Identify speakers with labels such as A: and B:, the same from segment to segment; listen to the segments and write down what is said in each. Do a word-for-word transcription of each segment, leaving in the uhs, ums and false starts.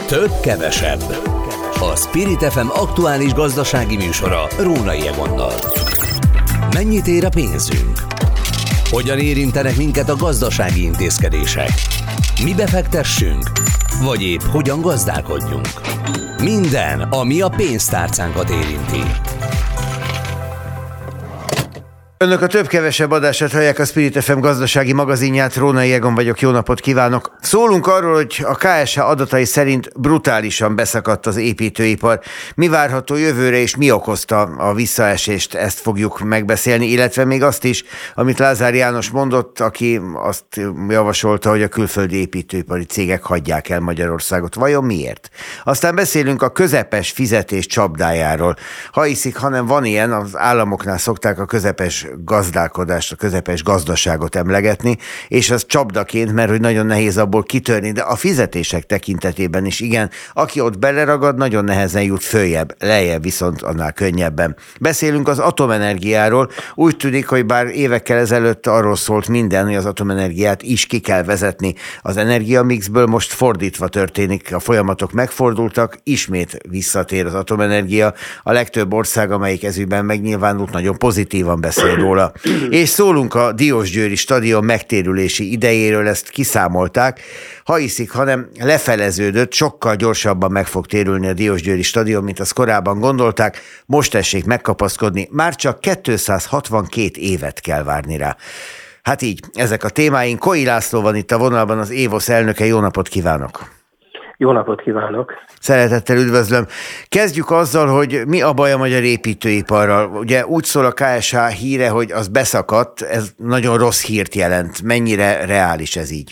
A: Több kevesebb. A Spirit ef em aktuális gazdasági műsora Rónai Egonnal. Mennyit ér a pénzünk? Hogyan érintenek minket a gazdasági intézkedések? Mi befektessünk? Vagy épp hogyan gazdálkodjunk? Minden, ami a pénztárcánkat érinti.
B: Önök a több-kevesebb adását hallják, a Spirit ef em gazdasági magazinját, Rónai Egon vagyok, jó napot kívánok! Szólunk arról, hogy a ká es há adatai szerint brutálisan beszakadt az építőipar. Mi várható jövőre és mi okozta a visszaesést, ezt fogjuk megbeszélni, illetve még azt is, amit Lázár János mondott, aki azt javasolta, hogy a külföldi építőipari cégek hagyják el Magyarországot. Vajon miért? Aztán beszélünk a közepes fizetés csapdájáról. Ha hiszik, hanem van ilyen, az államoknál szokták a közepes gazdálkodást, a közepes gazdaságot emlegetni, és az csapdaként, mert hogy nagyon nehéz abból kitörni, de a fizetések tekintetében is igen, aki ott beleragad, nagyon nehezen jut följebb, lejjebb viszont annál könnyebben. Beszélünk az atomenergiáról, úgy tűnik, hogy bár évekkel ezelőtt arról szólt minden, hogy az atomenergiát is ki kell vezetni az energiamixből, most fordítva történik, a folyamatok megfordultak, ismét visszatér az atomenergia, a legtöbb ország, amelyik ezügyben megnyilvánult, nagyon pozitívan beszél róla. És szólunk a Diósgyőri stadion megtérülési idejéről, ezt kiszámolták. Ha hiszik, hanem lefeleződött, sokkal gyorsabban meg fog térülni a Diósgyőri stadion, mint azt korábban gondolták. Most tessék megkapaszkodni, már csak kétszázhatvankét évet kell várni rá. Hát így, ezek a témáink. Koi László van itt a vonalban, az évosz elnöke, jó napot kívánok!
C: Jó napot kívánok!
B: Szeretettel üdvözlöm. Kezdjük azzal, hogy mi a baj a magyar építőiparral. Ugye úgy szól a ká es há híre, hogy az beszakadt, ez nagyon rossz hírt jelent. Mennyire reális ez így?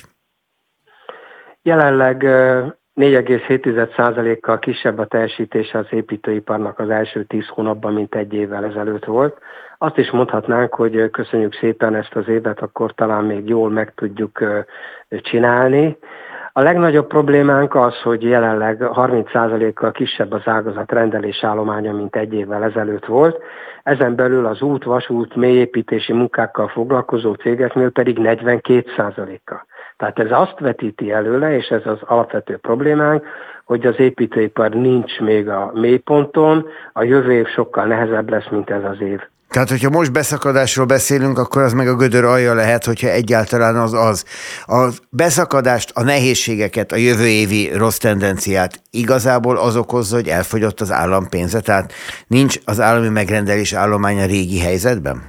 C: Jelenleg négy egész hét százalékkal kisebb a teljesítése az építőiparnak az első tíz hónapban, mint egy évvel ezelőtt volt. Azt is mondhatnánk, hogy köszönjük szépen ezt az évet, akkor talán még jól meg tudjuk csinálni. A legnagyobb problémánk az, hogy jelenleg harminc százalékkal kisebb az ágazat rendelésállománya, mint egy évvel ezelőtt volt. Ezen belül az út, vasút, mélyépítési munkákkal foglalkozó cégeknél pedig negyvenkét százalékkal. Tehát ez azt vetíti előle, és ez az alapvető problémánk, hogy az építőipar nincs még a mélyponton, a jövő év sokkal nehezebb lesz, mint ez az év.
B: Tehát, hogyha most beszakadásról beszélünk, akkor az meg a gödör alja lehet, hogyha egyáltalán az az. A beszakadást, a nehézségeket, a jövő évi rossz tendenciát igazából az okozza, hogy elfogyott az állam pénze, tehát nincs az állami megrendelés állománya régi helyzetben?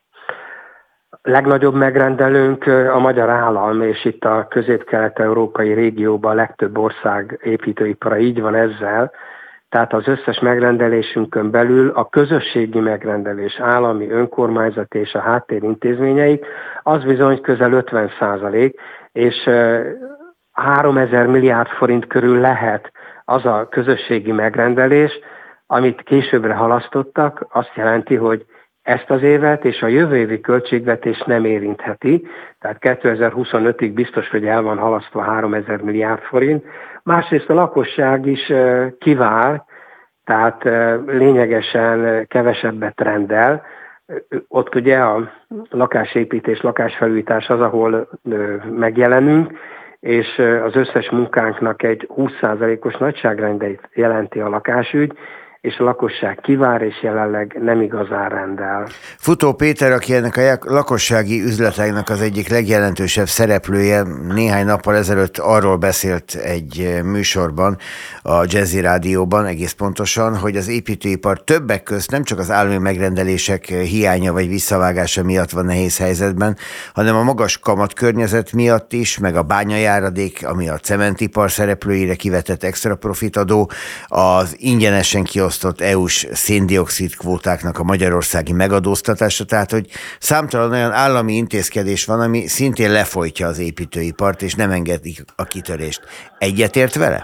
C: A legnagyobb megrendelőnk a magyar állam, és itt a közép-kelet-európai régióban a legtöbb ország építőipara így van ezzel. Tehát az összes megrendelésünkön belül a közösségi megrendelés, állami, önkormányzati és a háttérintézményeik, az bizony közel ötven százalék, és háromezer milliárd forint körül lehet az a közösségi megrendelés, amit későbbre halasztottak, azt jelenti, hogy ezt az évet és a jövő évi költségvetés nem érintheti, tehát kétezer-huszonötig biztos, hogy el van halasztva háromezer milliárd forint. Másrészt a lakosság is kivár, tehát lényegesen kevesebbet rendel. Ott ugye a lakásépítés, lakásfelújítás az, ahol megjelenünk, és az összes munkánknak egy húsz százalékos nagyságrendét jelenti a lakásügy, és a lakosság kivár, és jelenleg nem igazán rendel.
B: Futó Péter, aki ennek a lakossági üzleteknek az egyik legjelentősebb szereplője, néhány nappal ezelőtt arról beszélt egy műsorban, a Jazzy Rádióban egész pontosan, hogy az építőipar többek közt nem csak az állami megrendelések hiánya vagy visszavágása miatt van nehéz helyzetben, hanem a magas kamatkörnyezet miatt is, meg a bányajáradék, ami a cementipar szereplőire kivetett extra profitadó, az ingyenesen kiosztott é u-s széndioxid kvótáknak a magyarországi megadóztatása, tehát hogy számtalan olyan állami intézkedés van, ami szintén lefolytja az építőipart, és nem engedik a kitörést. Egyetért vele?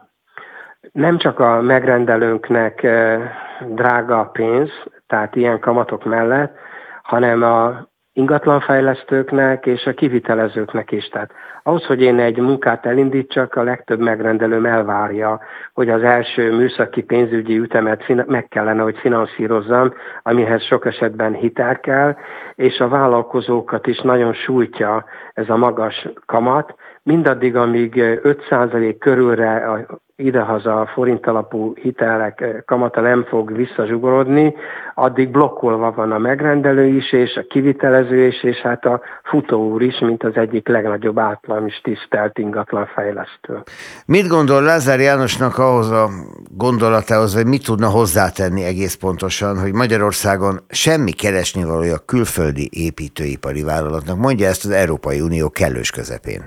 C: Nem csak a megrendelőnknek drága a pénz, tehát ilyen kamatok mellett, hanem a ingatlanfejlesztőknek és a kivitelezőknek is. Tehát ahhoz, hogy én egy munkát elindítsak, a legtöbb megrendelőm elvárja, hogy az első műszaki pénzügyi ütemet meg kellene, hogy finanszírozzam, amihez sok esetben hitel kell, és a vállalkozókat is nagyon sújtja ez a magas kamat, mindaddig, amíg öt százalék körülre a idehaza forint alapú hitelek kamata nem fog visszazsugorodni, addig blokkolva van a megrendelő is, és a kivitelező is, és hát a futóúr is, mint az egyik legnagyobb általam is tisztelt ingatlanfejlesztő.
B: Mit gondol Lázár Jánosnak ahhoz a gondolatához, vagy mit tudna hozzátenni egész pontosan, hogy Magyarországon semmi keresnivalója külföldi építőipari vállalatnak, mondja ezt az Európai Unió kellős közepén?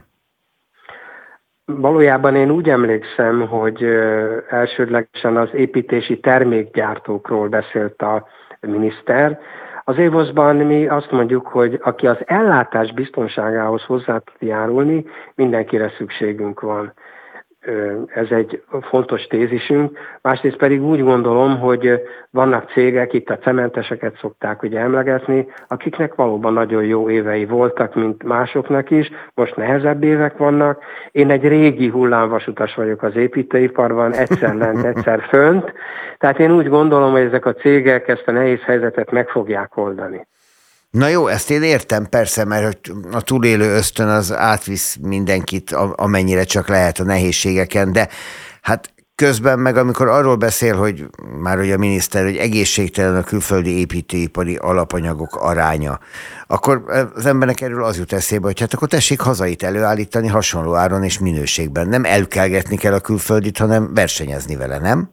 C: Valójában én úgy emlékszem, hogy elsődlegesen az építési termékgyártókról beszélt a miniszter. Az évoszban mi azt mondjuk, hogy aki az ellátás biztonságához hozzá tud járulni, mindenkire szükségünk van. Ez egy fontos tézisünk. Másrészt pedig úgy gondolom, hogy vannak cégek, itt a cementeseket szokták ugye emlegetni, akiknek valóban nagyon jó évei voltak, mint másoknak is, most nehezebb évek vannak. Én egy régi hullámvasutas vagyok az építőiparban, egyszer lent, egyszer fönt, tehát én úgy gondolom, hogy ezek a cégek ezt a nehéz helyzetet meg fogják oldani.
B: Na jó, ezt én értem persze, mert a túlélő ösztön az átvisz mindenkit, amennyire csak lehet a nehézségeken, de hát közben meg amikor arról beszél, hogy már ugye a miniszter, hogy egészségtelen a külföldi építőipari alapanyagok aránya, akkor az embernek erről az jut eszébe, hogy hát akkor tessék hazait előállítani hasonló áron és minőségben. Nem elkelgetni kell a külföldit, hanem versenyezni vele, nem?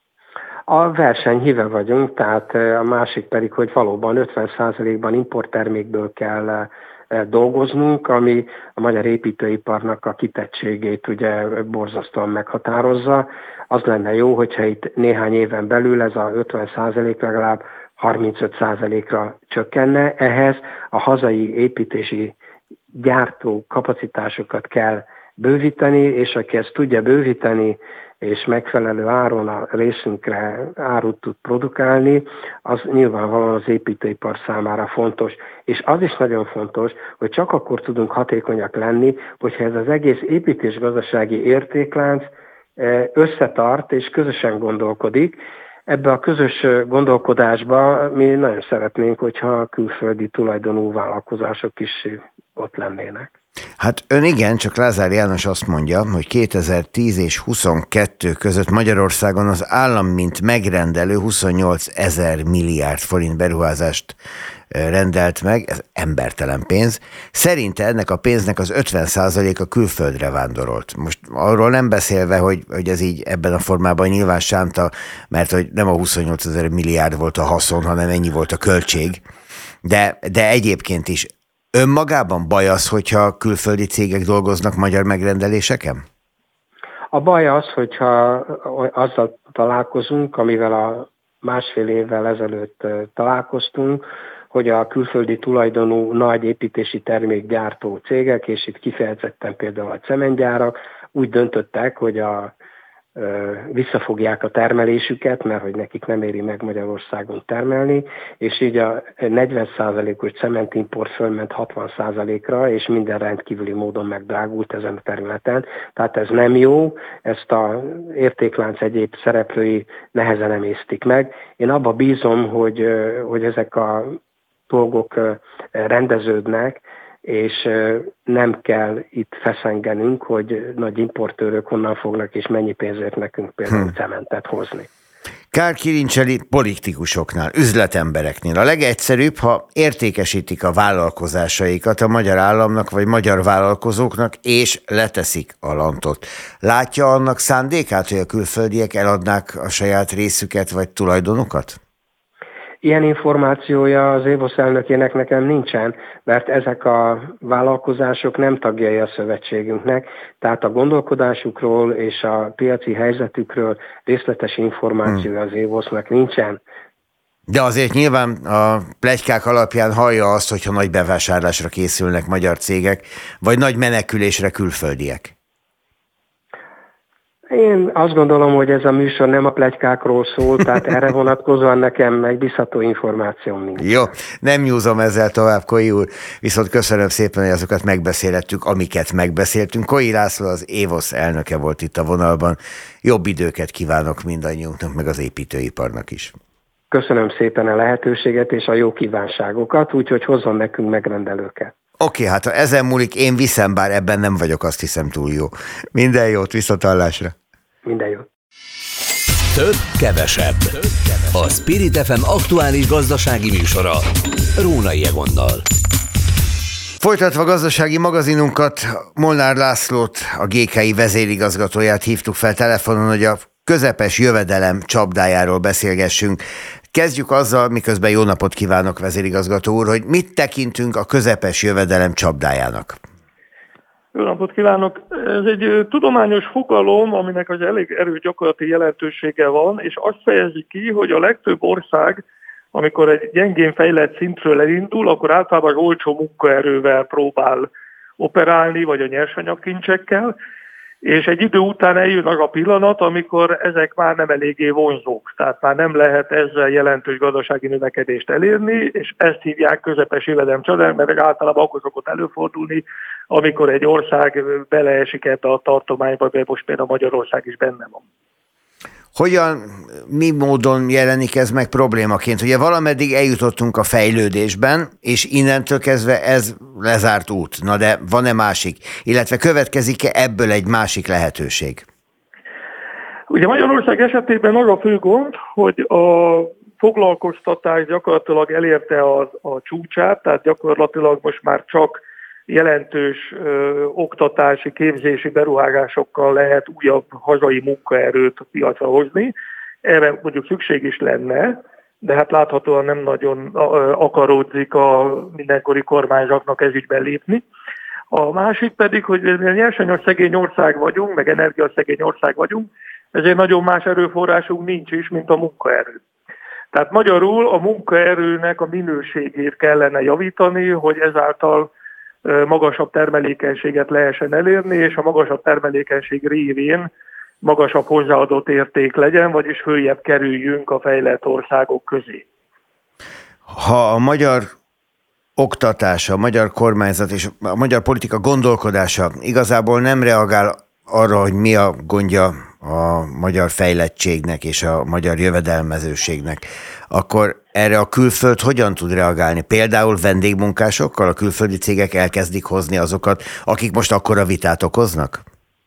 C: A verseny híve vagyunk, tehát a másik pedig, hogy valóban ötven százalékban importtermékből kell dolgoznunk, ami a magyar építőiparnak a kitettségét ugye borzasztóan meghatározza. Az lenne jó, hogyha itt néhány éven belül ez a ötven százalék legalább harmincöt százalékra csökkenne. Ehhez a hazai építési gyártó kapacitásokat kell bővíteni, és aki ezt tudja bővíteni, és megfelelő áron a részünkre árut tud produkálni, az nyilvánvalóan az építőipar számára fontos. És az is nagyon fontos, hogy csak akkor tudunk hatékonyak lenni, hogyha ez az egész építésgazdasági értéklánc összetart és közösen gondolkodik. Ebbe a közös gondolkodásba mi nagyon szeretnénk, hogyha a külföldi tulajdonú vállalkozások is ott lennének.
B: Hát ön igen, csak Lázár János azt mondja, hogy kétezer-tíz és huszonkettő között Magyarországon az állam mint megrendelő huszonnyolc ezer milliárd forint beruházást rendelt meg, ez embertelen pénz. Szerinte ennek a pénznek az ötven százaléka külföldre vándorolt. Most arról nem beszélve, hogy, hogy ez így ebben a formában nyilván sánta, mert hogy nem a huszonnyolc ezer milliárd volt a haszon, hanem ennyi volt a költség. De, de egyébként is önmagában baj az, hogyha külföldi cégek dolgoznak magyar megrendeléseken?
C: A baj az, hogyha azzal találkozunk, amivel a másfél évvel ezelőtt találkoztunk, hogy a külföldi tulajdonú nagy építési termékgyártó cégek, és itt kifejezetten például a cementgyárak úgy döntöttek, hogy a visszafogják a termelésüket, mert hogy nekik nem éri meg Magyarországon termelni, és így a negyven százalékos cementimport fölment hatvan százalékra, és minden rendkívüli módon megdrágult ezen a területen. Tehát ez nem jó, ezt az értéklánc egyéb szereplői nehezen emésztik meg. Én abba bízom, hogy, hogy ezek a dolgok rendeződnek, és nem kell itt feszengenünk, hogy nagy importőrök honnan fognak és mennyi pénzért nekünk például hmm. cementet hozni.
B: Kár kirincseli politikusoknál, üzletembereknél. A legegyszerűbb, ha értékesítik a vállalkozásaikat a magyar államnak vagy magyar vállalkozóknak, és leteszik a lantot. Látja annak szándékát, hogy a külföldiek eladnák a saját részüket vagy tulajdonukat?
C: Ilyen információja az évosz elnökének nekem nincsen, mert ezek a vállalkozások nem tagjai a szövetségünknek, tehát a gondolkodásukról és a piaci helyzetükről részletes információja az évosznak nincsen.
B: De azért nyilván a pletykák alapján hallja azt, hogyha nagy bevásárlásra készülnek magyar cégek, vagy nagy menekülésre külföldiek.
C: Én azt gondolom, hogy ez a műsor nem a pletykákról szól, tehát erre vonatkozóan nekem megbízható információm nincs.
B: Jó, nem nyúzom ezzel tovább, Koi úr, viszont köszönöm szépen, hogy azokat megbeszélhettük, amiket megbeszéltünk. Koi László, az évosz elnöke volt itt a vonalban. Jobb időket kívánok mindannyiunknak, meg az építőiparnak is.
C: Köszönöm szépen a lehetőséget és a jó kívánságokat, úgyhogy hozzon nekünk megrendelőket.
B: Oké, hát ha ezen múlik, én viszem, bár ebben nem vagyok, azt hiszem túl jó. Minden jót, viszonthallásra.
C: Minden jót.
A: Több, kevesebb. A Spirit ef em aktuális gazdasági műsora Rónai Egonnal.
B: Folytatva gazdasági magazinunkat, Molnár Lászlót, a gé ká i vezérigazgatóját hívtuk fel telefonon, hogy a közepes jövedelem csapdájáról beszélgessünk. Kezdjük azzal, miközben jó napot kívánok, vezérigazgató úr, hogy mit tekintünk a közepes jövedelem csapdájának.
D: Jó napot kívánok! Ez egy tudományos fogalom, aminek az elég erős gyakorlati jelentősége van, és azt fejezi ki, hogy a legtöbb ország, amikor egy gyengén fejlett szintről elindul, akkor általában az olcsó munkaerővel próbál operálni, vagy a nyersanyagkincsekkel, és egy idő után eljön az a pillanat, amikor ezek már nem eléggé vonzók, tehát már nem lehet ezzel jelentős gazdasági növekedést elérni, és ezt hívják közepes jövedelem csapdának, mert általában akkor szokott előfordulni, amikor egy ország beleesik ebbe a tartományba, de most például Magyarország is benne van.
B: Hogyan, mi módon jelenik ez meg problémaként? Ugye valameddig eljutottunk a fejlődésben, és innentől kezdve ez lezárt út. Na de van-e másik? Illetve következik-e ebből egy másik lehetőség?
D: Ugye Magyarország esetében az a fő gond, hogy a foglalkoztatás gyakorlatilag elérte a, a csúcsát, tehát gyakorlatilag most már csak jelentős ö, oktatási, képzési beruházásokkal lehet újabb hazai munkaerőt piacra hozni. Erre mondjuk szükség is lenne, de hát láthatóan nem nagyon ö, akaródzik a mindenkori kormányzatnak ez ügyben lépni. A másik pedig, hogy mivel nyersanyag szegény ország vagyunk, meg energiaszegény ország vagyunk, ezért nagyon más erőforrásunk nincs is, mint a munkaerő. Tehát magyarul a munkaerőnek a minőségét kellene javítani, hogy ezáltal magasabb termelékenységet lehessen elérni, és a magasabb termelékenység révén magasabb hozzáadott érték legyen, vagyis följebb kerüljünk a fejlett országok közé.
B: Ha a magyar oktatás, a magyar kormányzat és a magyar politika gondolkodása igazából nem reagál arra, hogy mi a gondja a magyar fejlettségnek és a magyar jövedelmezőségnek, akkor erre a külföld hogyan tud reagálni? Például vendégmunkásokkal a külföldi cégek elkezdik hozni azokat, akik most akkora vitát okoznak?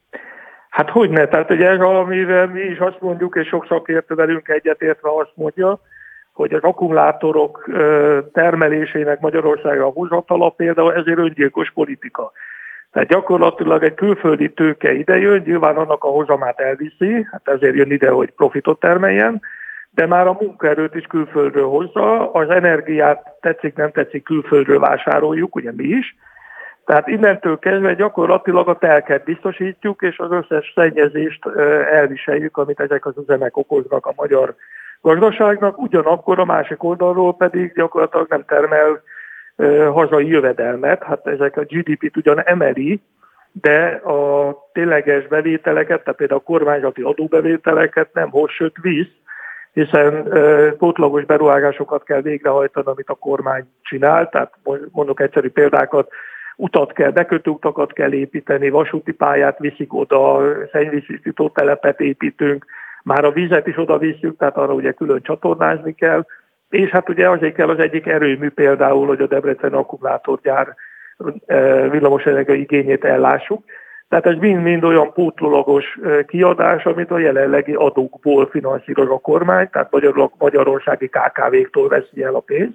D: Hát hogyne, tehát ugye ez, amire mi is azt mondjuk, és sok szakértő velünk egyetértve azt mondja, hogy az akkumulátorok termelésének Magyarországra a hozatala például ezért öngyilkos politika. Tehát gyakorlatilag egy külföldi tőke idejön, nyilván annak a hozamát elviszi, hát ezért jön ide, hogy profitot termeljen, de már a munkaerőt is külföldről hozza, az energiát tetszik, nem tetszik, külföldről vásároljuk, ugye mi is. Tehát innentől kezdve gyakorlatilag a telket biztosítjuk, és az összes szennyezést elviseljük, amit ezek az üzemek okoznak a magyar gazdaságnak, ugyanakkor a másik oldalról pedig gyakorlatilag nem termel hazai jövedelmet, hát ezek a gé dé pét ugyan emeli, de a tényleges bevételeket, tehát például a kormányzati adóbevételeket nem hoz, sőt visz, hiszen pótlagos beruházásokat kell végrehajtani, amit a kormány csinál, tehát mondok egyszerű példákat, utat kell, bekötőutakat kell építeni, vasúti pályát viszik oda, szennyvíztisztító telepet építünk, már a vizet is oda visszük, tehát arra ugye külön csatornázni kell, és hát ugye azért kell az egyik erőmű például, hogy a Debrecen akkumulátorgyár villamosenergia igényét ellássuk. Tehát ez mind-mind olyan pótlólagos kiadás, amit a jelenlegi adókból finanszíroz a kormány, tehát Magyar, magyarországi ká ká véktól veszi el a pénzt,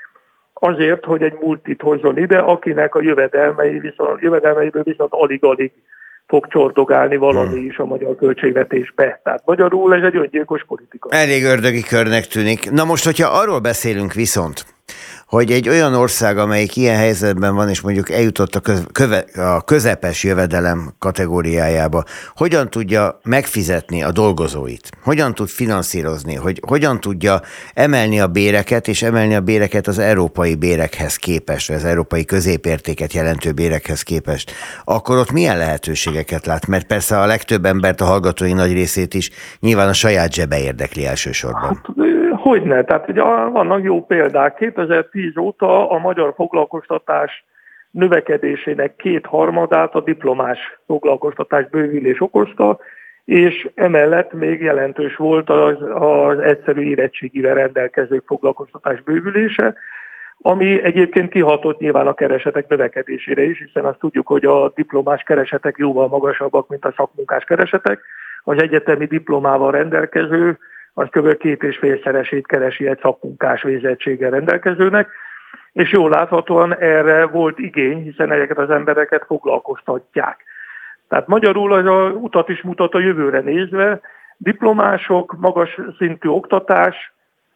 D: azért, hogy egy multit hozzon ide, akinek a jövedelmei viszont, jövedelmeiből viszont alig-alig fog csordogálni valami is a magyar költségvetésbe. Tehát magyarul ez egy öngyilkos politika.
B: Elég ördögi körnek tűnik. Na most, hogyha arról beszélünk viszont, hogy egy olyan ország, amelyik ilyen helyzetben van, és mondjuk eljutott a, köz, köve, a közepes jövedelem kategóriájába, hogyan tudja megfizetni a dolgozóit? Hogyan tud finanszírozni? Hogy hogyan tudja emelni a béreket, és emelni a béreket az európai bérekhez képest, vagy az európai középértéket jelentő bérekhez képest? Akkor ott milyen lehetőségeket lát? Mert persze a legtöbb embert, a hallgatói nagy részét is nyilván a saját zsebe érdekli elsősorban.
D: Hát, hogyne, tehát ugye vannak jó példák. kétezer-tíz óta a magyar foglalkoztatás növekedésének kétharmadát a diplomás foglalkoztatás bővülés okozta, és emellett még jelentős volt az, az egyszerű érettségivel rendelkezők foglalkoztatás bővülése. ami egyébként kihatott nyilván a keresetek növekedésére is, hiszen azt tudjuk, hogy a diplomás keresetek jóval magasabbak, mint a szakmunkás keresetek. Az egyetemi diplomával rendelkező, az kb. két és félszeresét keresi egy szakmunkás végzettséggel rendelkezőnek, és jól láthatóan erre volt igény, hiszen ezeket az embereket foglalkoztatják. Tehát magyarul az a utat is mutat a jövőre nézve, diplomások, magas szintű oktatás,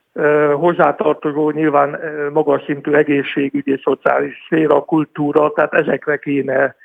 D: hozzátartozó nyilván magas szintű egészségügyi és szociális szféra, kultúra, tehát ezekre kéne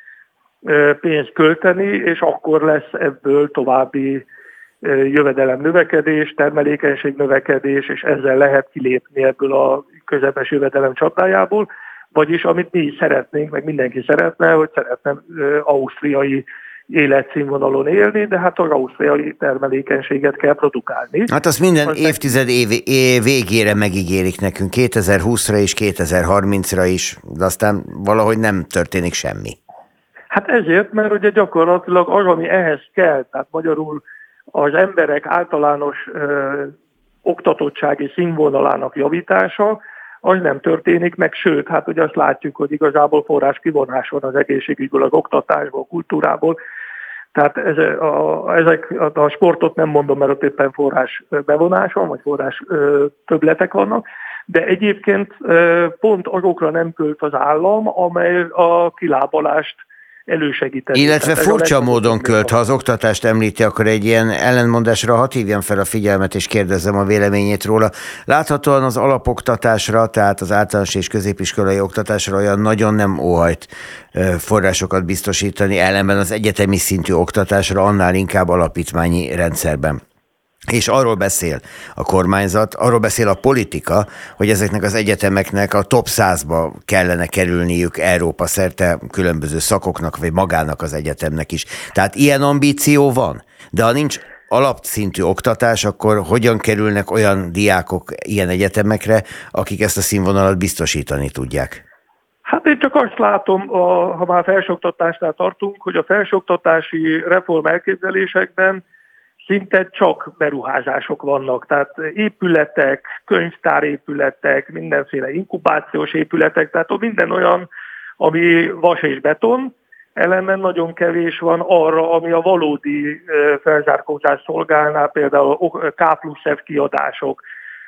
D: pénzt költeni, és akkor lesz ebből további jövedelem növekedés, termelékenység növekedés, és ezzel lehet kilépni ebből a közepes jövedelem csapdájából, vagyis amit mi is szeretnénk, meg mindenki szeretne, hogy szeretne ausztriai életszínvonalon élni, de hát az ausztriai termelékenységet kell produkálni.
B: Hát azt minden
D: az
B: évtized év, év végére megígérik nekünk, kétezer-húszra és kétezer-harmincra is, de aztán valahogy nem történik semmi.
D: Hát ezért, mert ugye gyakorlatilag az, ami ehhez kell, tehát magyarul az emberek általános ö, oktatottsági színvonalának javítása, az nem történik meg, sőt, hát ugye azt látjuk, hogy igazából forrás kivonás van az egészségügyből, az oktatásból, kultúrából, tehát ez, a, ezek, a sportot nem mondom, mert ott éppen forrás bevonás van, vagy forrás ö, többletek vannak, de egyébként ö, pont azokra nem költ az állam, amely a kilábalást elősegíteni.
B: Illetve tehát furcsa módon költ, ha az oktatást említi, akkor egy ilyen ellenmondásra hadd hívjam fel a figyelmet, és kérdezzem a véleményét róla. Láthatóan az alapoktatásra, tehát az általános és középiskolai oktatásra olyan nagyon nem óhajt forrásokat biztosítani, ellenben az egyetemi szintű oktatásra annál inkább alapítványi rendszerben. És arról beszél a kormányzat, arról beszél a politika, hogy ezeknek az egyetemeknek a top százba kellene kerülniük Európa szerte különböző szakoknak, vagy magának az egyetemnek is. Tehát ilyen ambíció van, de ha nincs alapszintű oktatás, akkor hogyan kerülnek olyan diákok ilyen egyetemekre, akik ezt a színvonalat biztosítani tudják?
D: Hát én csak azt látom, a, ha már felsőoktatásnál tartunk, hogy a felsőoktatási reform elképzelésekben szinte csak beruházások vannak, tehát épületek, könyvtárépületek, mindenféle inkubációs épületek, tehát minden olyan, ami vas és beton, ellenben nagyon kevés van arra, ami a valódi felzárkózást szolgálná, például K plusz F kiadások,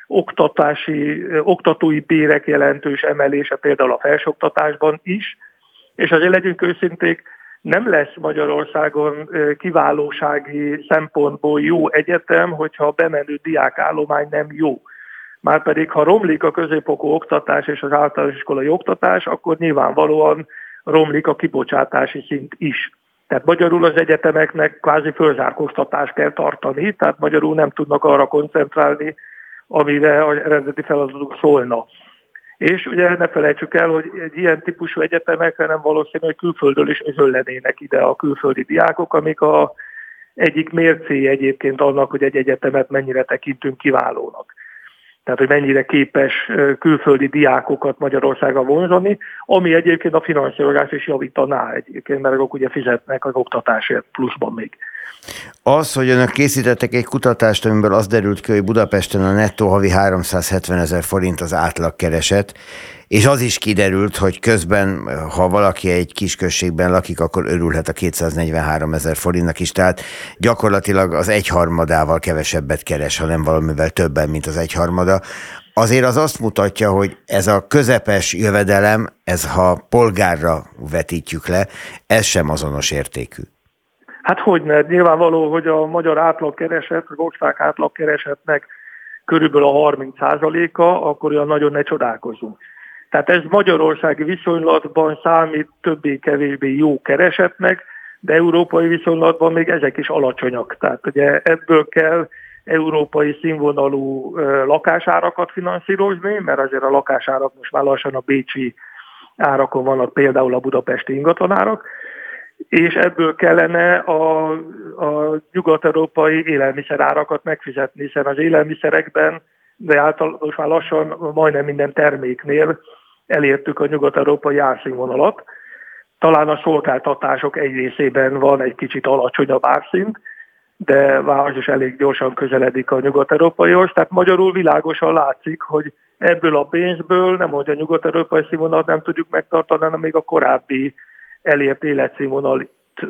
D: oktatási, oktatói bérek jelentős emelése például a felsőoktatásban is, és azért legyünk őszinték, nem lesz Magyarországon kiválósági szempontból jó egyetem, hogyha a bemenő diákállomány nem jó. Márpedig, ha romlik a középfokú oktatás és az általános iskolai oktatás, akkor nyilvánvalóan romlik a kibocsátási szint is. Tehát magyarul az egyetemeknek kvázi fölzárkóztatást kell tartani, tehát magyarul nem tudnak arra koncentrálni, amire a eredeti feladatuk szólna. És ugye ne felejtsük el, hogy egy ilyen típusú egyetemekre nem valószínű, hogy külföldről is özöllenének ide a külföldi diákok, amik a egyik mércéje egyébként annak, hogy egy egyetemet mennyire tekintünk kiválónak. Tehát, hogy mennyire képes külföldi diákokat Magyarországra vonzani, ami egyébként a finanszírozás is javítaná egyébként, mert azok ugye fizetnek az oktatásért pluszban még.
B: Az, hogy önök készítettek egy kutatást, amiből az derült ki, hogy Budapesten a nettó havi háromszázhetven ezer forint az átlagkereset, és az is kiderült, hogy közben, ha valaki egy kisközségben lakik, akkor örülhet a kétszáznegyvenhárom ezer forintnak is, tehát gyakorlatilag az egyharmadával kevesebbet keres, ha nem valamivel többen, mint az egyharmada. Azért az azt mutatja, hogy ez a közepes jövedelem, ez ha polgárra vetítjük le, ez sem azonos értékű.
D: Hát hogyne, nyilvánvaló, hogy a magyar átlagkereset, az ország átlagkeresetnek körülbelül a harminc százaléka, akkor olyan nagyon ne csodálkozunk. Tehát ez magyarországi viszonylatban számít többé-kevésbé jó keresetnek, de európai viszonylatban még ezek is alacsonyak. Tehát ugye ebből kell európai színvonalú lakásárakat finanszírozni, mert azért a lakásárak most már lassan a bécsi árakon vannak, például a budapesti ingatlanárak, és ebből kellene a, a nyugat-európai élelmiszerárakat megfizetni, hiszen az élelmiszerekben, de által most már lassan majdnem minden terméknél elértük a nyugat-európai árszínvonalat. Talán a szolgáltatások egy részében van egy kicsit alacsonyabb árszint, de város is elég gyorsan közeledik a nyugat-európaihoz, tehát magyarul világosan látszik, hogy ebből a pénzből nem, hogy a nyugat-európai színvonalat nem tudjuk megtartani, hanem még a korábbi elért életszínvonalat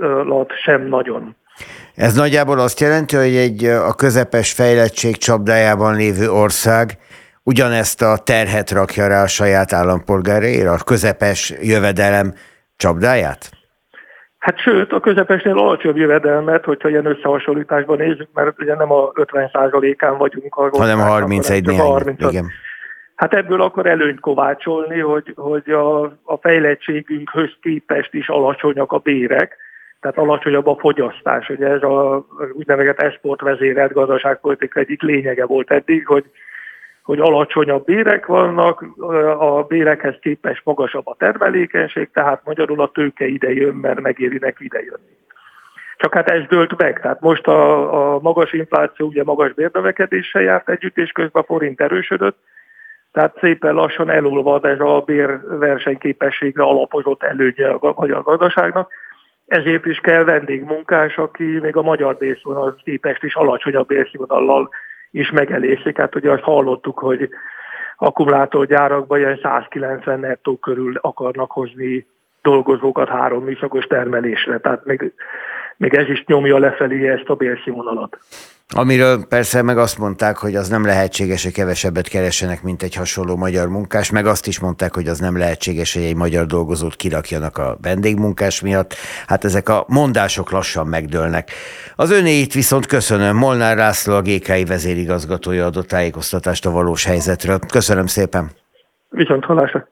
D: sem nagyon.
B: Ez nagyjából azt jelenti, hogy egy a közepes fejlettség csapdájában lévő ország ugyanezt a terhet rakja rá a saját állampolgáraira, a közepes jövedelem csapdáját?
D: Hát sőt, a közepesnél alacsonyabb jövedelmet, hogyha ilyen összehasonlításban nézzük, mert ugye nem a ötven százalékán vagyunk.
B: Hanem a harmincegy néhány. Igen.
D: Hát ebből akkor előnyt kovácsolni, hogy, hogy a, a fejlettségünkhöz képest is alacsonyak a bérek, tehát alacsonyabb a fogyasztás. Ugye ez a úgynevezett exportvezérelt gazdaságpolitika egyik lényege volt eddig, hogy, hogy alacsonyabb bérek vannak, a bérekhez képest magasabb a termelékenység, tehát magyarul a tőke ide jön, mert megéri neki ide jönni. Csak hát ez dőlt meg, tehát most a, a magas infláció ugye magas bérnövekedéssel járt együtt, és közben a forint erősödött, tehát szépen lassan elolvad ez a bérversenyképességre alapozott előnye a magyar gazdaságnak. Ezért is kell vendégmunkás, aki még a magyar bérszínvonalhoz képest is alacsonyabb bérszínvonallal is megelészik. Hát ugye azt hallottuk, hogy akkumulátorgyárakban ilyen százkilencven nettó körül akarnak hozni dolgozókat három műszakos termelésre. Tehát még, még ez is nyomja lefelé ezt a bérszínvonalat.
B: Amiről persze meg azt mondták, hogy az nem lehetséges, hogy kevesebbet keressenek, mint egy hasonló magyar munkás, meg azt is mondták, hogy az nem lehetséges, hogy egy magyar dolgozót kirakjanak a vendégmunkás miatt. Hát ezek a mondások lassan megdőlnek. Az önéit viszont köszönöm. Molnár László, a gé ká i vezérigazgatója adott tájékoztatást a valós helyzetről. Köszönöm szépen.
D: Viszont hallásra.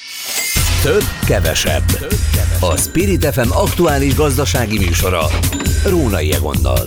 A: Több, kevesebb. A Spirit ef em aktuális gazdasági műsora Rónai Egonnal.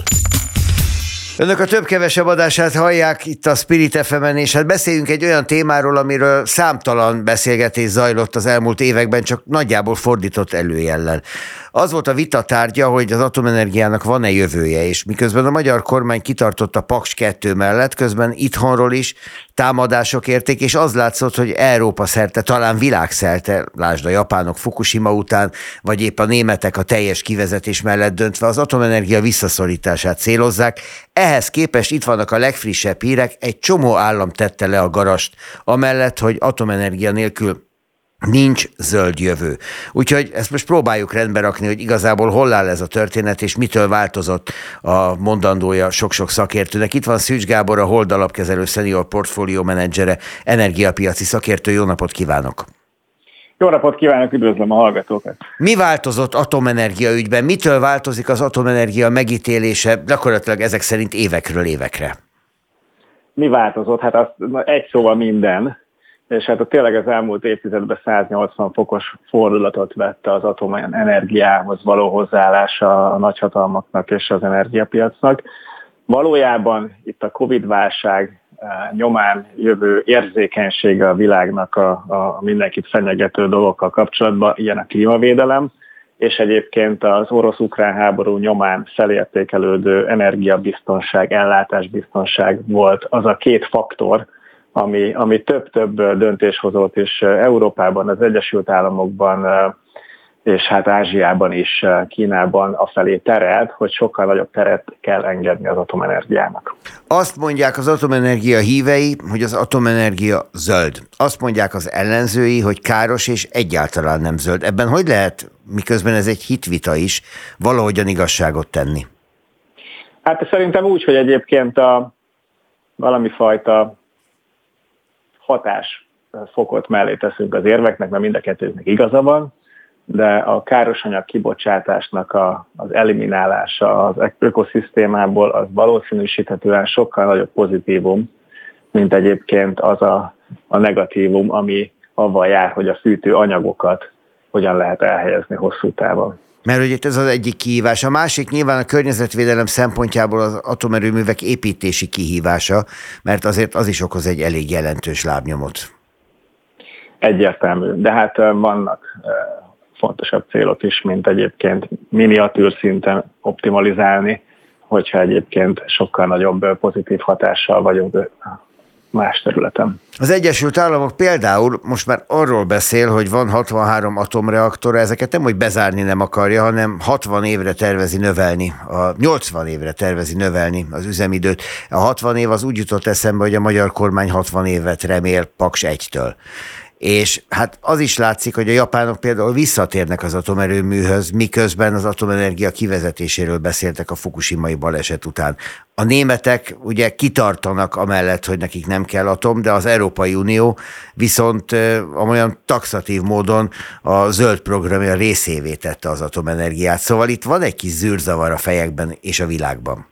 B: Önök a több-kevesebb adását hallják itt a Spirit ef emen, és hát beszéljünk egy olyan témáról, amiről számtalan beszélgetés zajlott az elmúlt években, csak nagyjából fordított előjellel. Az volt a vita tárgya, hogy az atomenergiának van-e jövője, és miközben a magyar kormány kitartott a Paks kettő mellett, közben itthonról is támadások érték, és az látszott, hogy Európa szerte, talán világszerte, lásd a japánok Fukushima után, vagy épp a németek a teljes kivezetés mellett döntve az atomenergia visszaszorítását célozzák. Ehhez képest itt vannak a legfrissebb hírek, egy csomó állam tette le a garast, amellett, hogy atomenergia nélkül nincs zöld jövő. Úgyhogy ezt most próbáljuk rendbe rakni, hogy igazából hol áll ez a történet, és mitől változott a mondandója sok-sok szakértőnek. Itt van Szűcs Gábor, a Hold alapkezelő senior portfólió menedzsere, energiapiaci szakértő. Jó napot kívánok!
E: Jó napot kívánok, üdvözlöm a hallgatókat!
B: Mi változott atomenergia ügyben? Mitől változik az atomenergia megítélése gyakorlatilag ezek szerint évekről évekre?
E: Mi változott? Hát az egy szóval minden. És hát tényleg az elmúlt évtizedben száznyolcvan fokos fordulatot vette az atomenergiához való hozzáállása a nagyhatalmaknak és az energiapiacnak. Valójában itt a Covid-válság nyomán jövő érzékenysége a világnak a, a mindenkit fenyegető dolgokkal kapcsolatban, ilyen a klímavédelem, és egyébként az orosz-ukrán háború nyomán felértékelődő energiabiztonság, ellátásbiztonság volt az a két faktor, ami, ami több-több döntéshozót is Európában, az Egyesült Államokban és hát Ázsiában is, Kínában afelé terelt, hogy sokkal nagyobb teret kell engedni az atomenergiának.
B: Azt mondják az atomenergia hívei, hogy az atomenergia zöld. Azt mondják az ellenzői, hogy káros és egyáltalán nem zöld. Ebben hogy lehet, miközben ez egy hitvita is, valahogyan igazságot tenni?
E: Hát szerintem úgy, hogy egyébként a valami fajta hatásfokot mellé teszünk az érveknek, mert mind a kettőknek igaza van, de a károsanyag kibocsátásnak a, az eliminálása az ökoszisztémából az valószínűsíthetően sokkal nagyobb pozitívum, mint egyébként az a, a negatívum, ami avval jár, hogy a fűtő anyagokat hogyan lehet elhelyezni hosszú távon.
B: Mert ugye ez az egyik kihívás. A másik nyilván a környezetvédelem szempontjából az atomerőművek építési kihívása, mert azért az is okoz egy elég jelentős lábnyomot.
E: Egyértelmű, de hát vannak fontosabb célok is, mint egyébként miniatűr szinten optimalizálni, hogyha egyébként sokkal nagyobb pozitív hatással vagyunk más területen.
B: Az Egyesült Államok például most már arról beszél, hogy van hatvanhárom atomreaktora, ezeket nem, hogy bezárni nem akarja, hanem hatvan évre tervezi növelni, a nyolcvan évre tervezi növelni az üzemidőt. A hatvan év az úgy jutott eszembe, hogy a magyar kormány hatvan évet remél Paks egytől. És hát az is látszik, hogy a japánok például visszatérnek az atomerőműhöz, miközben az atomenergia kivezetéséről beszéltek a fukushimai baleset után. A németek ugye kitartanak amellett, hogy nekik nem kell atom, de az Európai Unió viszont olyan taxatív módon a zöld programja részévé tette az atomenergiát. Szóval itt van egy kis zűrzavar a fejekben és a világban.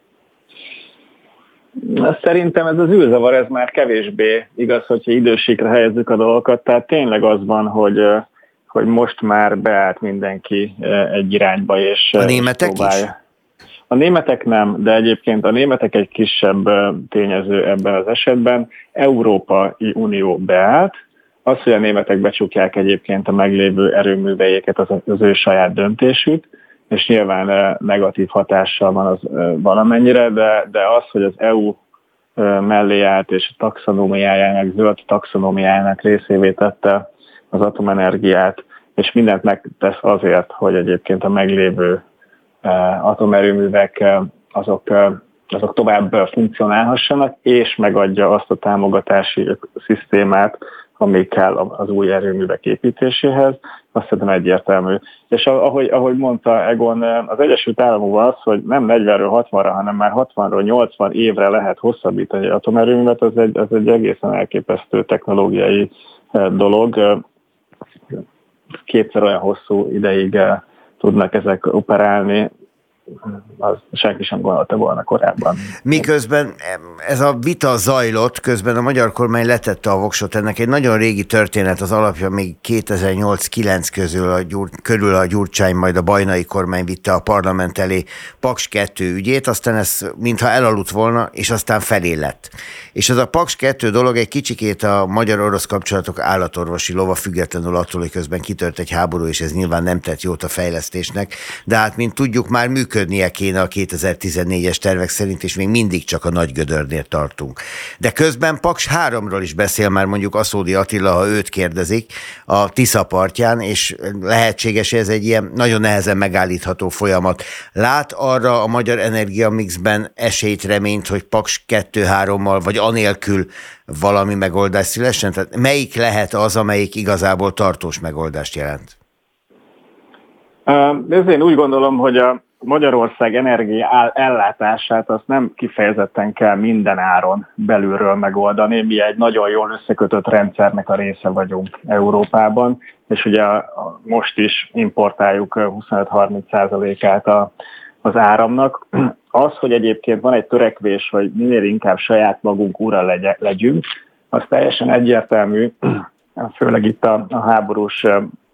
E: Szerintem ez az űrzavar, ez már kevésbé igaz, hogyha időségre helyezzük a dolgokat. Tehát tényleg az van, hogy, hogy most már beállt mindenki egy irányba, és
B: a németek
E: próbálja.
B: is?
E: A németek nem, de egyébként a németek egy kisebb tényező ebben az esetben. Európai Unió beállt. Az, hogy a németek becsukják egyébként a meglévő erőműveiket, az, az ő saját döntésük, és nyilván negatív hatással van az valamennyire, de, de az, hogy az é u mellé állt és a taxonómiájának, zöld taxonómiájának részévé tette az atomenergiát, és mindent megtesz azért, hogy egyébként a meglévő atomerőművek azok, azok tovább funkcionálhassanak, és megadja azt a támogatási szisztémát, ami kell az új erőművek építéséhez, azt szerintem egyértelmű. És ahogy, ahogy mondta Egon, az Egyesült Államokban az, hogy nem negyvenről hatvanra, hanem már hatvanról nyolcvan évre lehet hosszabbítani egy atomerőművet, az egy, az egy egészen elképesztő technológiai dolog. Kétszer olyan hosszú ideig tudnak ezek operálni, az senki sem gondolta volna korábban.
B: Miközben ez a vita zajlott, közben a magyar kormány letette a voksot. Ennek egy nagyon régi történet, az alapja még kétezer-nyolc kilenc közül a Gyur, körül a Gyurcsány, majd a Bajnai kormány vitte a parlament elé Paks kettő ügyét, aztán ez mintha elaludt volna, és aztán felé lett. És az a Paks kettő dolog egy kicsikét a magyar-orosz kapcsolatok állatorvosi lova, függetlenül attól, hogy közben kitört egy háború, és ez nyilván nem tett jót a fejlesztésnek, de hát mint tudjuk, már működnie kéne a kétezer-tizennégyes tervek szerint, és még mindig csak a nagy gödörnél tartunk. De közben Paks háromról is beszél már mondjuk Aszódi Attila, ha őt kérdezik, a Tisza partján, és lehetséges, ez egy ilyen nagyon nehezen megállítható folyamat. Lát arra a magyar energiamixben esélyt, reményt, hogy Paks kettő-hárommal, vagy anélkül valami megoldás szülessen? Tehát melyik lehet az, amelyik igazából tartós megoldást jelent?
E: Ez én úgy gondolom, hogy a Magyarország energia ellátását azt nem kifejezetten kell minden áron belülről megoldani. Mi egy nagyon jól összekötött rendszernek a része vagyunk Európában, és ugye most is importáljuk huszonöt-harminc százalékát az áramnak. Az, hogy egyébként van egy törekvés, hogy minél inkább saját magunk ura legyünk, az teljesen egyértelmű, főleg itt a, a háborús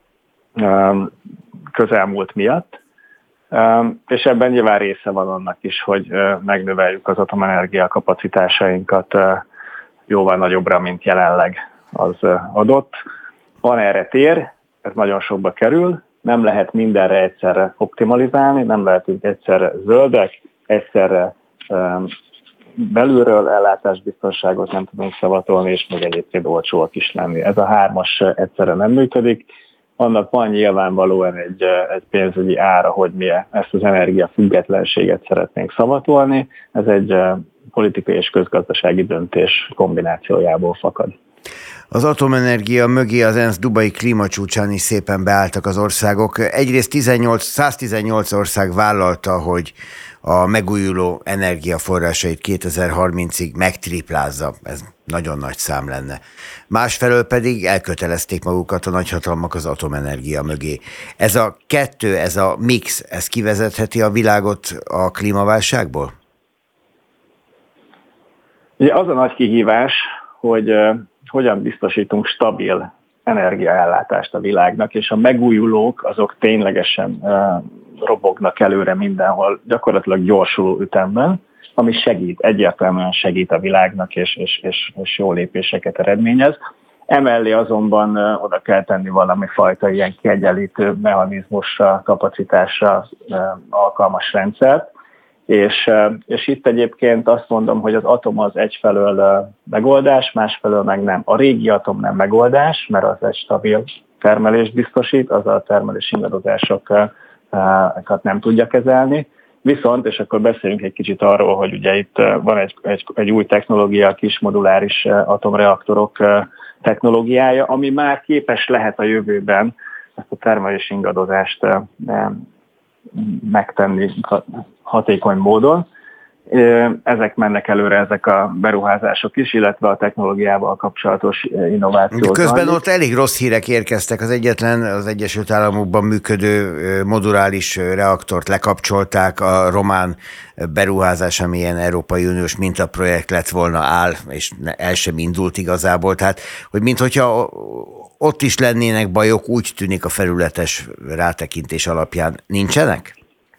E: közelmúlt miatt. És ebben nyilván része van annak is, hogy megnöveljük az atomenergia kapacitásainkat jóval nagyobbra, mint jelenleg az adott. Van erre tér, ez nagyon sokba kerül, nem lehet mindenre egyszerre optimalizálni, nem lehetünk egyszerre zöldek, egyszerre belülről ellátásbiztonságot nem tudunk szavatolni, és még egyébként olcsóak is lenni. Ez a hármas egyszerre nem működik. Annak van nyilvánvalóan egy, egy pénzügyi ára, hogy mi ezt az energiafüggetlenséget szeretnénk szavatolni. Ez egy politikai és közgazdasági döntés kombinációjából fakad.
B: Az atomenergia mögé az ENSZ dubai klímacsúcsán is szépen beálltak az országok. Egyrészt tizennyolc, száztizennyolc ország vállalta, hogy a megújuló energiaforrásait kétezer-harmincig megtriplázza. Ez nagyon nagy szám lenne. Másfelől pedig elkötelezték magukat a nagyhatalmak az atomenergia mögé. Ez a kettő, ez a mix, ez kivezetheti a világot a klímaválságból?
E: Ugye az a nagy kihívás, hogy uh, hogyan biztosítunk stabil energiaellátást a világnak, és a megújulók azok ténylegesen uh, robognak előre mindenhol, gyakorlatilag gyorsuló ütemben, ami segít, egyértelműen segít a világnak, és, és, és, és jó lépéseket eredményez. Emellé azonban uh, oda kell tenni valami fajta ilyen kiegyenlítő mechanizmusra, kapacitásra uh, alkalmas rendszert, És, és itt egyébként azt mondom, hogy az atom az egyfelől megoldás, másfelől meg nem. A régi atom nem megoldás, mert az egy stabil termelést biztosít, az a termelés ingadozásokat nem tudja kezelni. Viszont, és akkor beszéljünk egy kicsit arról, hogy ugye itt van egy, egy, egy új technológia, a kis moduláris atomreaktorok technológiája, ami már képes lehet a jövőben ezt a termelés ingadozást megtenni hatékony módon. Ezek mennek előre, ezek a beruházások is, illetve a technológiával kapcsolatos innováció.
B: Közben ott elég rossz hírek érkeztek. Az egyetlen az Egyesült Államokban működő moduláris reaktort lekapcsolták, a román beruházás, ami ilyen Európai Uniós mintaprojekt lett volna, áll, és el sem indult igazából. Tehát, hogy minthogyha ott is lennének bajok, úgy tűnik a felületes rátekintés alapján. Nincsenek?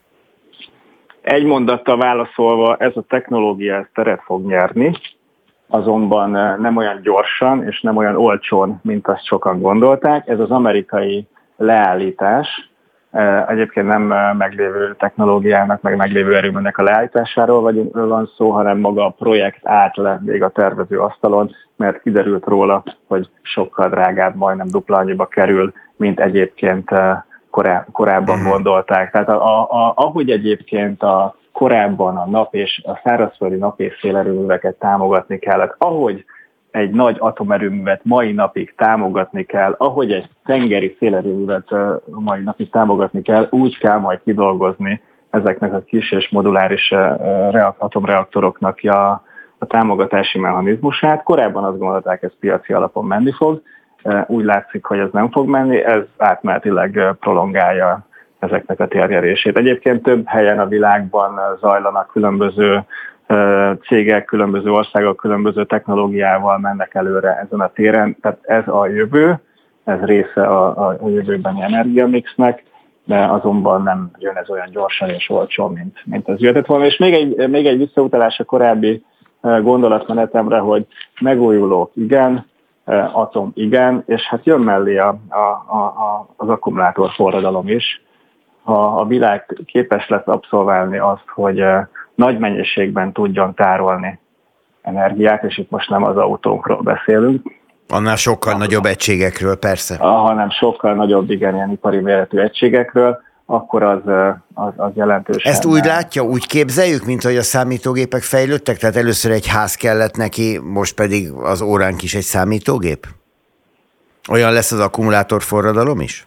E: Egy mondattal válaszolva, ez a technológia ez teret fog nyerni, azonban nem olyan gyorsan és nem olyan olcsón, mint azt sokan gondolták. Ez az amerikai leállítás, egyébként nem meglévő technológiának, meg meglévő erőműnek a leállításáról van szó, hanem maga a projekt állt le még a tervező asztalon, mert kiderült róla, hogy sokkal drágább, majdnem dupla annyiba kerül, mint egyébként korábban gondolták. Tehát a, a, ahogy egyébként a korábban a nap és a szárazföldi nap és szélerőműveket támogatni kellett, ahogy egy nagy atomerőművet mai napig támogatni kell, ahogy egy tengeri szélerőművet mai napig támogatni kell, úgy kell majd kidolgozni ezeknek a kis és moduláris atomreaktoroknak a, a támogatási mechanizmusát. Korábban azt gondolták, ez piaci alapon menni fog, úgy látszik, hogy ez nem fog menni, ez átmenetileg prolongálja ezeknek a terjedését. Egyébként több helyen a világban zajlanak különböző cégek, különböző országok, különböző technológiával mennek előre ezen a téren, tehát ez a jövő, ez része a, a jövőbeni energiamixnek, de azonban nem jön ez olyan gyorsan és olcsón, mint, mint ez jöhetett volna. És még egy, még egy visszautalás a korábbi gondolatmenetemre, hogy megújulók igen, atom igen, és hát jön mellé a, a, a, az akkumulátor forradalom is. Ha a világ képes lesz abszolválni azt, hogy nagy mennyiségben tudjon tárolni energiát, és itt most nem az autónkról beszélünk.
B: Annál sokkal ah, nagyobb egységekről, persze.
E: Hanem sokkal nagyobb, igen, ilyen ipari méretű egységekről, akkor az, az, az jelentősen...
B: Ezt úgy látja, úgy képzeljük, mint hogy a számítógépek fejlődtek? Tehát először egy ház kellett neki, most pedig az óránk is egy számítógép? Olyan lesz az akkumulátor forradalom is?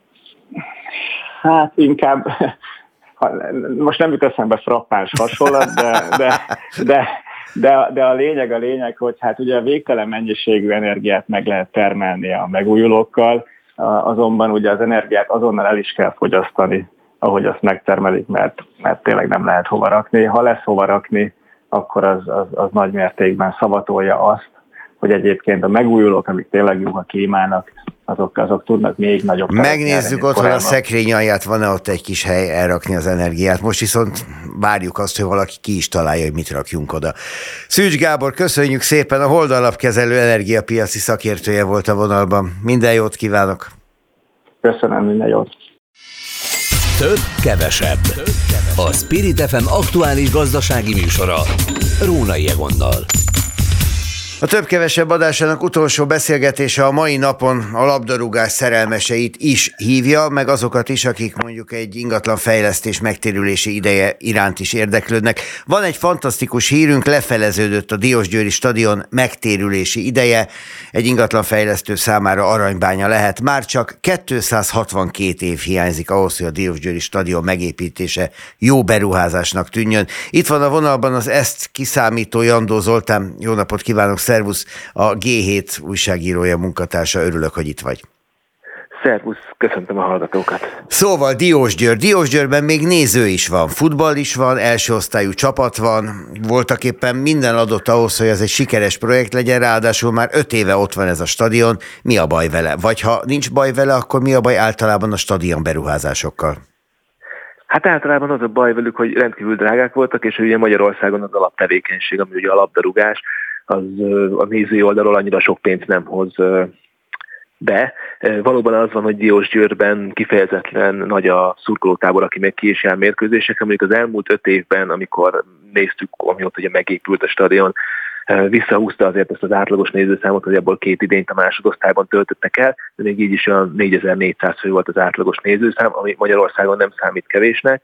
E: Hát inkább... Most nem jut eszembe frappáns hasonlat, de, de, de, de, de a lényeg a lényeg, hogy hát ugye végtelen mennyiségű energiát meg lehet termelni a megújulókkal, azonban ugye az energiát azonnal el is kell fogyasztani, ahogy azt megtermelik, mert, mert tényleg nem lehet hova rakni. Ha lesz hova rakni, akkor az, az, az nagy mértékben szavatolja azt, hogy egyébként a megújulók, amik tényleg jók a klímának, azok, azok tudnak még nagyobb.
B: Megnézzük otthon a szekrény alját, van-e ott egy kis hely elrakni az energiát. Most viszont várjuk azt, hogy valaki ki is találja, hogy mit rakjunk oda. Szűcs Gábor, köszönjük szépen, a Hold alapkezelő energiapiaci szakértője volt a vonalban. Minden jót kívánok!
E: Köszönöm, minden jót!
A: Több, kevesebb. A Spirit ef em aktuális gazdasági műsora Rónai Egonnal.
B: A több-kevesebb adásának utolsó beszélgetése a mai napon a labdarúgás szerelmeseit is hívja, meg azokat is, akik mondjuk egy ingatlan fejlesztés megtérülési ideje iránt is érdeklődnek. Van egy fantasztikus hírünk, lefeleződött a Diósgyőri stadion megtérülési ideje. Egy ingatlan fejlesztő számára aranybánya lehet. Már csak kétszázhatvankét év hiányzik ahhoz, hogy a Diósgyőri stadion megépítése jó beruházásnak tűnjön. Itt van a vonalban az ezt kiszámító Jandó Zoltán. Jó napot kívánok! Szervusz, a gé hét újságírója, munkatársa, örülök, hogy itt vagy.
F: Szervusz, köszöntöm a hallgatókat.
B: Szóval Diósgyőr, Diósgyőrben még néző is van, futball is van, első osztályú csapat van, voltak éppen minden adott ahhoz, hogy ez egy sikeres projekt legyen, ráadásul már öt éve ott van ez a stadion, mi a baj vele? Vagy ha nincs baj vele, akkor mi a baj általában a stadion beruházásokkal?
F: Hát általában az a baj velük, hogy rendkívül drágák voltak, és ugye Magyarországon az alaptevékenység, ami ugye a labdarúgás, az a nézői oldalról annyira sok pénzt nem hoz de valóban az van, hogy Diósgyőrben kifejezetten nagy a szurkolótábor, aki meg ki is jár mérkőzésekre. Mondjuk az elmúlt öt évben, amikor néztük, amióta ugye megépült a stadion, visszahúzta azért ezt az átlagos nézőszámot, hogy abból két idényt a másodosztályban töltöttek el, de még így is olyan négyezer-négyszáz fő volt az átlagos nézőszám, ami Magyarországon nem számít kevésnek,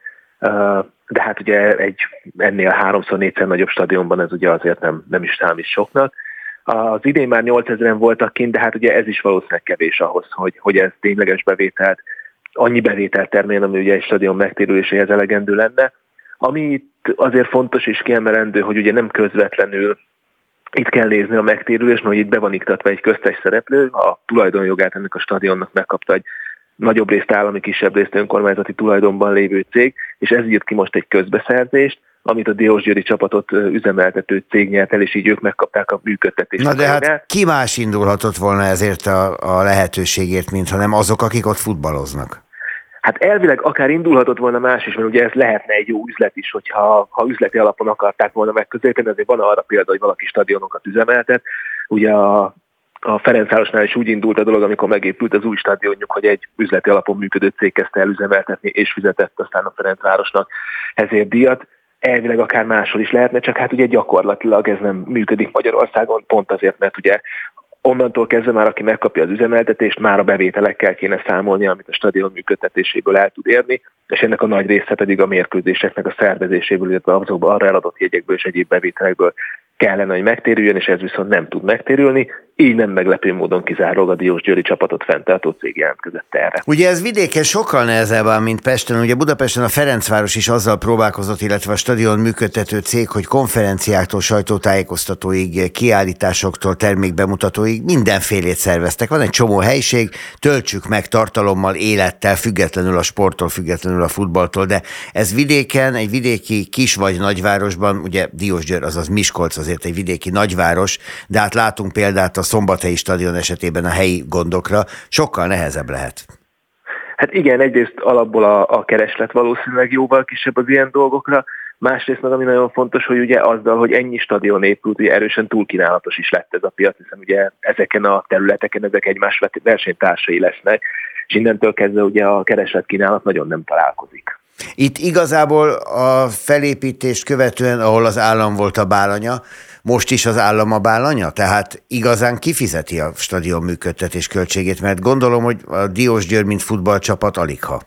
F: de hát ugye egy ennél háromszor-négyszer nagyobb stadionban ez ugye azért nem, nem is számít soknak. Az idén már nyolcezren voltak kint, de hát ugye ez is valószínűleg kevés ahhoz, hogy, hogy ez tényleges bevételt, annyi bevételt termeljen, ami ugye egy stadion megtérüléséhez elegendő lenne. Ami itt azért fontos és kiemelendő, hogy ugye nem közvetlenül itt kell nézni a megtérülést, mert itt be van iktatva egy köztes szereplő, a tulajdonjogát ennek a stadionnak megkapta egy nagyobb részt állami, kisebb részt önkormányzati tulajdonban lévő cég, és ez írt ki most egy közbeszerzést, amit a diósgyőri csapatot üzemeltető cég nyert el, és így ők megkapták a működtetést.
B: Na de hát ki más indulhatott volna ezért a, a lehetőségért, mint hanem azok, akik ott futballoznak?
F: Hát elvileg akár indulhatott volna más is, mert ugye ez lehetne egy jó üzlet is, hogyha ha üzleti alapon akarták volna megközelíteni, azért van arra példa, hogy valaki stadionokat üzemeltet. Ugye a, a Ferencvárosnál is úgy indult a dolog, amikor megépült az új stadionjuk, hogy egy üzleti alapon működő cég kezdte el üzemeltetni, és fizetett aztán a Ferencvárosnak ezért díjat. Elvileg akár máshol is lehetne, csak hát ugye gyakorlatilag ez nem működik Magyarországon, pont azért, mert ugye onnantól kezdve már, aki megkapja az üzemeltetést, már a bevételekkel kéne számolni, amit a stadion működtetéséből el tud érni, és ennek a nagy része pedig a mérkőzéseknek a szervezéséből, illetve azokból arra eladott jegyekből és egyéb bevételekből kellene, hogy megtérüljön, és ez viszont nem tud megtérülni, így nem meglepő módon kizárólag a diósgyőri csapatot fenntartó cég jelentkezett erre.
B: Ugye ez vidéken sokkal nehezebb áll, mint Pesten. Ugye Budapesten a Ferencváros is azzal próbálkozott, illetve a stadion működtető cég, hogy konferenciáktól, sajtótájékoztatóig, kiállításoktól, termékbemutatóig mindenfélét szerveztek. Van egy csomó helység, töltsük meg tartalommal, élettel, függetlenül a sporttól, függetlenül a futballtól, de ez vidéken, egy vidéki kis vagy nagyvárosban, ugye Diósgyőr, azaz Miskolc azért egy vidéki nagyváros, de hát látunk példát a Szombathelyi stadion esetében a helyi gondokra, sokkal nehezebb lehet.
F: Hát igen, egyrészt alapból a, a kereslet valószínűleg jóval kisebb az ilyen dolgokra, másrészt meg ami nagyon fontos, hogy ugye azzal, hogy ennyi stadion épült, ugye erősen túlkínálatos is lett ez a piac, hiszen ugye ezeken a területeken ezek egymás versenytársai lesznek, és innentől kezdve ugye a kereslet-kínálat nagyon nem találkozik.
B: Itt igazából a felépítést követően, ahol az állam volt a bálanya, most is az állam a bálanya? Tehát igazán kifizeti a stadion működtetés költségét? Mert gondolom, hogy a Diósgyőr, mint futballcsapat aligha.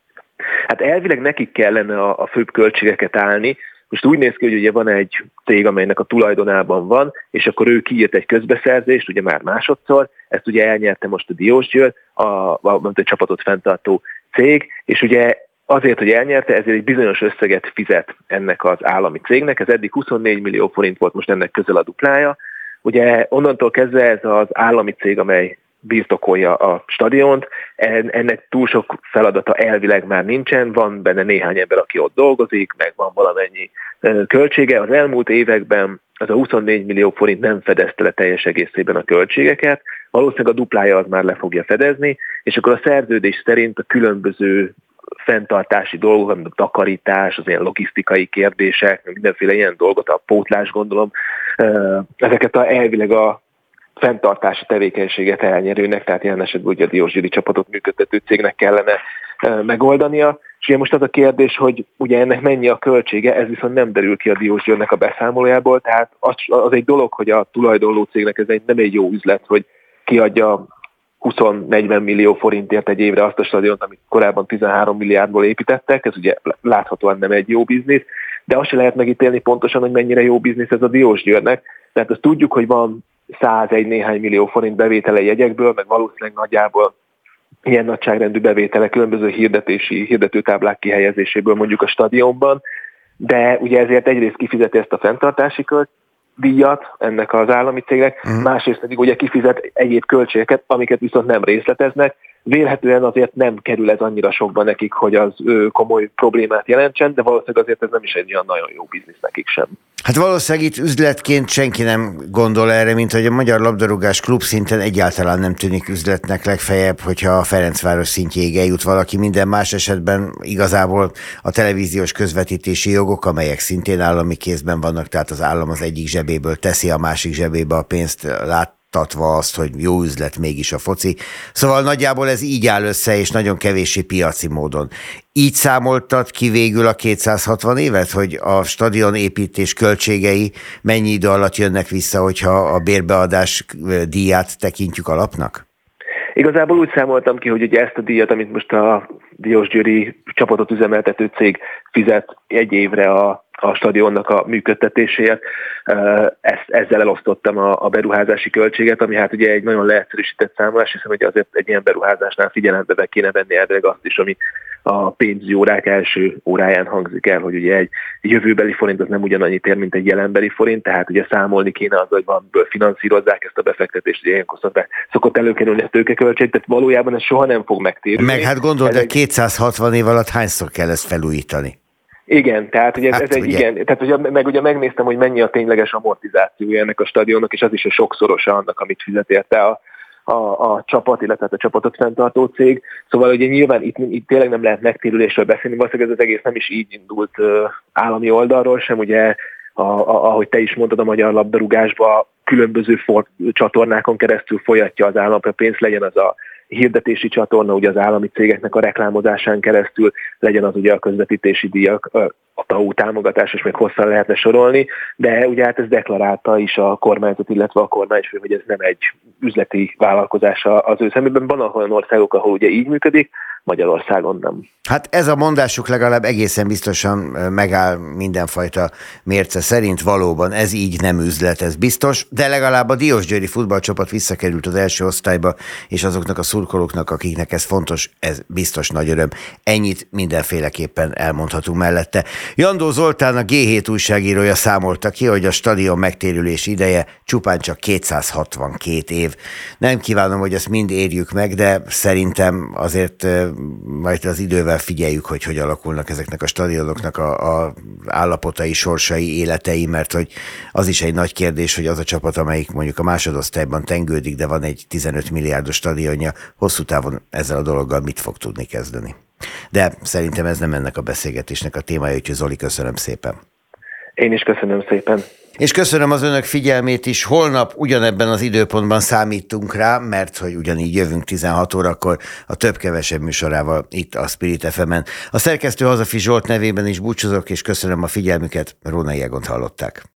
F: Hát elvileg nekik kellene a, a főbb költségeket állni. Most úgy néz ki, hogy ugye van egy cég, amelynek a tulajdonában van, és akkor ő kiírt egy közbeszerzést, ugye már másodszor, ezt ugye elnyerte most a Diósgyőr, a, a, a, a csapatot fenntartó cég, és ugye azért, hogy elnyerte, ezért egy bizonyos összeget fizet ennek az állami cégnek. Ez eddig huszonnégy millió forint volt, most ennek közel a duplája. Ugye onnantól kezdve ez az állami cég, amely birtokolja a stadiont, ennek túl sok feladata elvileg már nincsen, van benne néhány ember, aki ott dolgozik, meg van valamennyi költsége. Az elmúlt években az a huszonnégy millió forint nem fedezte le teljes egészében a költségeket, valószínűleg a duplája az már le fogja fedezni, és akkor a szerződés szerint a különböző fenntartási dolgok, a takarítás, az ilyen logisztikai kérdések, mindenféle ilyen dolgot, a pótlás gondolom, ezeket a, elvileg a fenntartási tevékenységet elnyerőnek, tehát ilyen esetben ugye a diósgyőri csapatot működtető cégnek kellene megoldania. És ugye most az a kérdés, hogy ugye ennek mennyi a költsége, ez viszont nem derül ki a Diósgyőrnek a beszámolójából, tehát az, az egy dolog, hogy a tulajdonló cégnek ez egy, nem egy jó üzlet, hogy kiadja húsz-negyven millió forintért egy évre azt a stadiont, amit korábban tizenhárom milliárdból építettek, ez ugye láthatóan nem egy jó biznisz, de azt se lehet megítélni pontosan, hogy mennyire jó biznisz ez a Diósgyőrnek. Tehát azt tudjuk, hogy van százegy néhány millió forint bevétele jegyekből, meg valószínűleg nagyjából ilyen nagyságrendű bevétele különböző hirdetési, hirdetőtáblák kihelyezéséből mondjuk a stadionban, de ugye ezért egyrészt kifizeti ezt a fenntartási költ, díjat ennek az állami cégnek, uh-huh. másrészt pedig ugye kifizet egyéb költségeket, amiket viszont nem részleteznek. Vélhetően azért nem kerül ez annyira sokba nekik, hogy az ő, komoly problémát jelentsen, de valószínűleg azért ez nem is egy olyan nagyon jó biznisz nekik sem.
B: Hát valószínűleg itt üzletként senki nem gondol erre, mint hogy a Magyar Labdarúgás klub szinten egyáltalán nem tűnik üzletnek, legfeljebb, hogyha a Ferencváros szintjéig eljut valaki. Minden más esetben igazából a televíziós közvetítési jogok, amelyek szintén állami kézben vannak, tehát az állam az egyik zsebéből teszi a másik zsebébe a pénzt, lát hangoztatva azt, hogy jó üzlet mégis a foci. Szóval nagyjából ez így áll össze, és nagyon kevéssé piaci módon. Így számoltad ki végül a kétszázhatvan évet, hogy a stadion építés költségei mennyi idő alatt jönnek vissza, hogyha a bérbeadás díját tekintjük alapnak?
F: Igazából úgy számoltam ki, hogy ugye ezt a díjat, amit most a Diósgyőri csapatot üzemeltető cég fizet egy évre a, a stadionnak a működtetéséért, ezt, ezzel elosztottam a, a beruházási költséget, ami hát ugye egy nagyon leegyszerűsített számolás, hiszen ugye azért egy ilyen beruházásnál figyelembe be kéne venni elvileg azt is, ami a pénzügyi órák első óráján hangzik el, hogy ugye egy jövőbeli forint az nem ugyanannyit ér, mint egy jelenbeli forint, tehát ugye számolni kéne az, hogy valamiből finanszírozzák ezt a befektetést, ugye ilyenkor szokott előkerülni a tőkeköltség, tehát valójában ez soha nem fog megtérülni.
B: Meg hát gondold, hogy kétszázhatvan év alatt hányszor kell ezt felújítani?
F: Igen, tehát ugye ez,
B: hát,
F: ez egy
B: ugye.
F: igen, tehát ugye, meg ugye megnéztem, hogy mennyi a tényleges amortizációja ennek a stadionnak, és az is a sokszorosa annak, amit fizet érte a A, a csapat, illetve a csapatot fenntartó cég. Szóval ugye nyilván itt, itt tényleg nem lehet megtérülésről beszélni, valószínűleg ez az egész nem is így indult uh, állami oldalról sem, ugye a, a, ahogy te is mondtad, a magyar labdarúgásba különböző for, csatornákon keresztül folyatja az állam a pénzt, legyen az a hirdetési csatorna, ugye az állami cégeknek a reklámozásán keresztül, legyen az ugye a közvetítési díjak, a té á u támogatás, és még hosszan lehetne sorolni, de ugye hát ez deklarálta is a kormányzat, illetve a kormányfő, hogy ez nem egy üzleti vállalkozás az ő szemében. Van olyan országok, ahol ugye így működik, Magyarországon nem.
B: Hát ez a mondásuk legalább egészen biztosan megáll mindenfajta mérce szerint, valóban ez így nem üzlet, ez biztos, de legalább a diósgyőri futballcsapat visszakerült az első osztályba, és azoknak a szurkolóknak, akiknek ez fontos, ez biztos nagy öröm. Ennyit mindenféleképpen elmondhatunk mellette. Jandó Zoltán, a gé hét újságírója számolta ki, hogy a stadion megtérülés ideje csupán csak kétszázhatvankét év. Nem kívánom, hogy ezt mind érjük meg, de szerintem azért majd az idővel figyeljük, hogy hogy alakulnak ezeknek a stadionoknak a, a állapotai, sorsai, életei, mert hogy az is egy nagy kérdés, hogy az a csapat, amelyik mondjuk a másodosztályban tengődik, de van egy tizenöt milliárdos stadionja, hosszú távon ezzel a dologgal mit fog tudni kezdeni. De szerintem ez nem ennek a beszélgetésnek a témája, úgyhogy Zoli, köszönöm szépen.
F: Én is köszönöm szépen.
B: És köszönöm az önök figyelmét is. Holnap ugyanebben az időpontban számítunk rá, mert hogy ugyanígy jövünk tizenhat órakor a több-kevesebb műsorával itt a Spirit ef emen. A szerkesztő Hazafi Zsolt nevében is búcsúzok, és köszönöm a figyelmüket. Rónai Egont hallották.